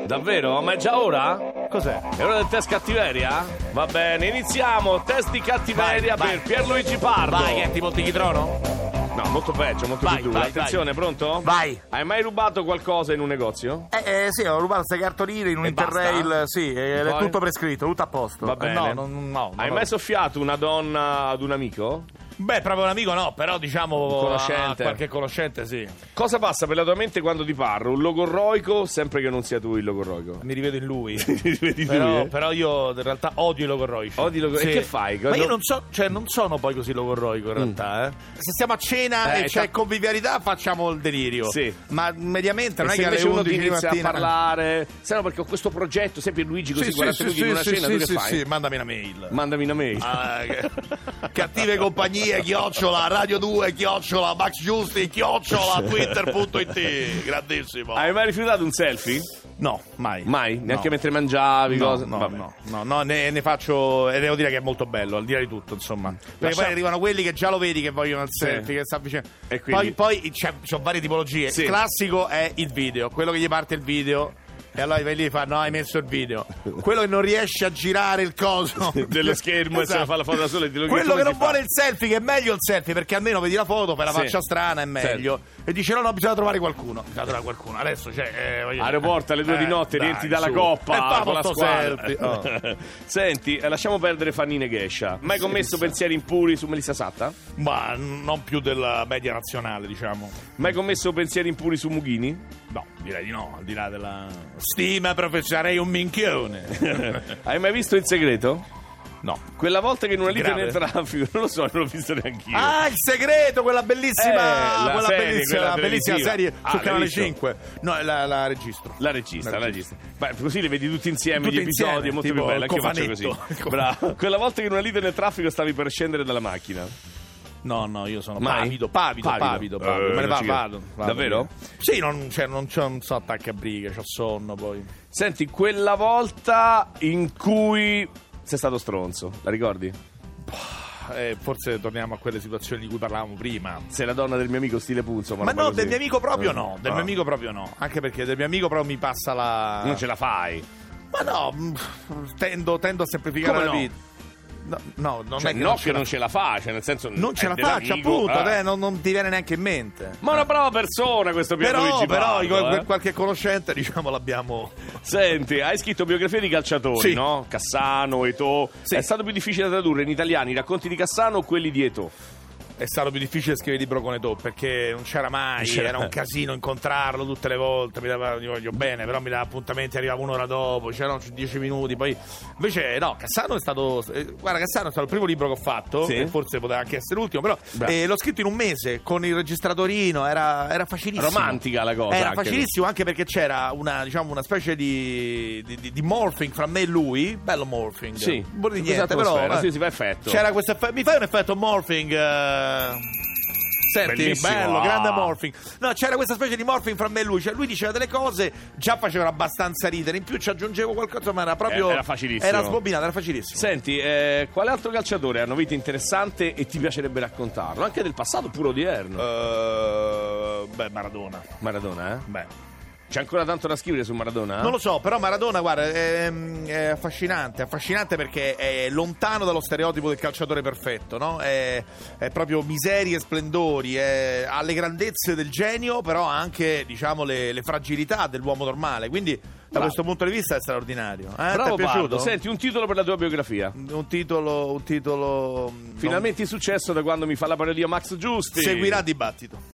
Davvero? Ma è già ora? Cos'è? È ora del test cattiveria? Va bene, iniziamo. Test di cattiveria per Pierluigi Pardo. Vai, che è tipo Tichitrono? No, molto peggio, molto più duro. Attenzione, pronto? Vai. Hai mai rubato qualcosa in un negozio? Sì, ho rubato queste cartoline in un Interrail, sì, è Poi? tutto prescritto, tutto a posto. Va bene. No. Hai mai soffiato una donna ad un amico? Beh, proprio un amico no, però diciamo Conoscente. qualche conoscente sì. Cosa passa per la tua mente quando ti parlo? Un logorroico, sempre che non sia tu il logorroico. Mi rivedo in lui. Vedi però, lui, però io in realtà odio i logorroici. Odi Sì. E che fai? Ma io non so, cioè non sono poi così logorroico in realtà, Se stiamo a cena e c'è convivialità facciamo il delirio. Sì. Ma mediamente non E è se che alle invece uno 11 ti di inizia a mattina parlare, sai no, perché ho questo progetto, sempre Luigi così 40 minuti in una cena, tu che fai? Sì, mandami una mail. Mandami una mail. Cattive compagnie, @ Radio 2, @ Max Giusti, @ Twitter.it. Grandissimo. Hai mai rifiutato un selfie? No, mai. Mai? Neanche No. mentre mangiavi? cose? No, Vabbè. no, ne faccio e devo dire che è molto bello, al di là di tutto, insomma. Perché poi arrivano quelli che già lo vedi che vogliono il selfie, che sta avvicinando. E quindi? Poi sono varie tipologie. Sì. Il classico è il video, quello che gli parte il video. E allora vai lì e fa: no, hai messo il video. Quello che non riesce a girare il coso dello schermo e se la fa la foto da solo e te lo chiede quello come che non si fa. vuole il selfie, che è meglio il selfie, perché almeno vedi la foto, fai la Sì. faccia strana, è meglio. Certo. E dice: no, bisogna trovare qualcuno. Bisogna trovare qualcuno. Adesso c'è. Aeroporto alle 2 di notte, dai, rientri dalla su. coppa E famo con la sto squadra. selfie. Senti, lasciamo perdere Fannine Gescia. Mai commesso pensieri impuri su Melissa Satta? Ma non più della media nazionale, diciamo. Mai commesso pensieri impuri su Mughini? No, direi di no, al di là della stima sarei un minchione. Hai mai visto Il Segreto? No. Quella volta che in una lite Grave. nel traffico, non lo so, non l'ho visto neanch'io. Ah, Il Segreto, quella bellissima, la quella serie, bellissima, quella bellissima televisiva. serie Ah, sul l'hai canale visto? 5. No, la registro. La regista. Beh, così li vedi tutti insieme, Tutti gli episodi, insieme, è molto tipo più bello. il Anche io faccio così. cofanetto. Bravo. Quella volta che in una lite nel traffico stavi per scendere dalla macchina. No, io sono Mai? pavido. Me ne non ci vado. Davvero? Sì, non so attacchi a brighe, c'ho sonno poi. Senti, quella volta in cui sei stato stronzo, la ricordi? Forse torniamo a quelle situazioni di cui parlavamo prima. Sei la donna del mio amico stile Puzzo. Ma no, così. del mio amico proprio no. Del Ah. mio amico proprio no. Anche perché del mio amico proprio mi passa la. Non ce la fai. Ma no, tendo a semplificare Come la no? vita. No, non Cioè, è che no, non che ce la non ce la fa, cioè nel senso non ce è la faccio, dell'amico, appunto, non ti viene neanche in mente. Ma una brava persona questo Pierluigi Però Pardo, qualche conoscente, diciamo, l'abbiamo. Senti, hai scritto biografie di calciatori, Sì. no? Cassano, Eto'o. Sì. È stato più difficile da tradurre in italiano i racconti di Cassano o quelli di Eto'o? È stato più difficile scrivere il libro con Eto'o perché non c'era mai, era un casino incontrarlo tutte le volte, gli voglio bene, però mi dava appuntamenti, arrivava un'ora dopo, c'erano 10 minuti, poi invece no, Cassano è stato guarda, Cassano è stato il primo libro che ho fatto, Sì. e forse poteva anche essere l'ultimo, però Beh. l'ho scritto in un mese con il registratorino, era facilissimo. Romantica la cosa. Era anche. facilissimo anche perché c'era una specie di morphing fra me e lui, bello morphing. Sì. Un po' di Questa niente, però atmosfera, sì, si fa effetto. c'era questo effetto. Mi fai un effetto morphing? Senti, Bellissimo. bello, grande morphing. No, c'era questa specie di morphing fra me e lui. Cioè, lui diceva delle cose, già facevano abbastanza ridere. In più ci aggiungevo qualcosa, ma era proprio. Era facilissimo. Era sbobinato, era facilissimo. Senti, quale altro calciatore ha una vita interessante e ti piacerebbe raccontarlo? Anche del passato pure odierno. Maradona. Maradona, eh? Beh. C'è ancora tanto da scrivere su Maradona? Non lo so, però Maradona, guarda, è affascinante perché è lontano dallo stereotipo del calciatore perfetto, no? È proprio miserie e splendori, ha le grandezze del genio, però ha anche, diciamo, le fragilità dell'uomo normale, quindi da questo punto di vista è straordinario. Bravo, ti è piaciuto? Pardo. Senti, un titolo per la tua biografia. Un titolo Finalmente in successo da quando mi fa la parodia Max Giusti. seguirà dibattito.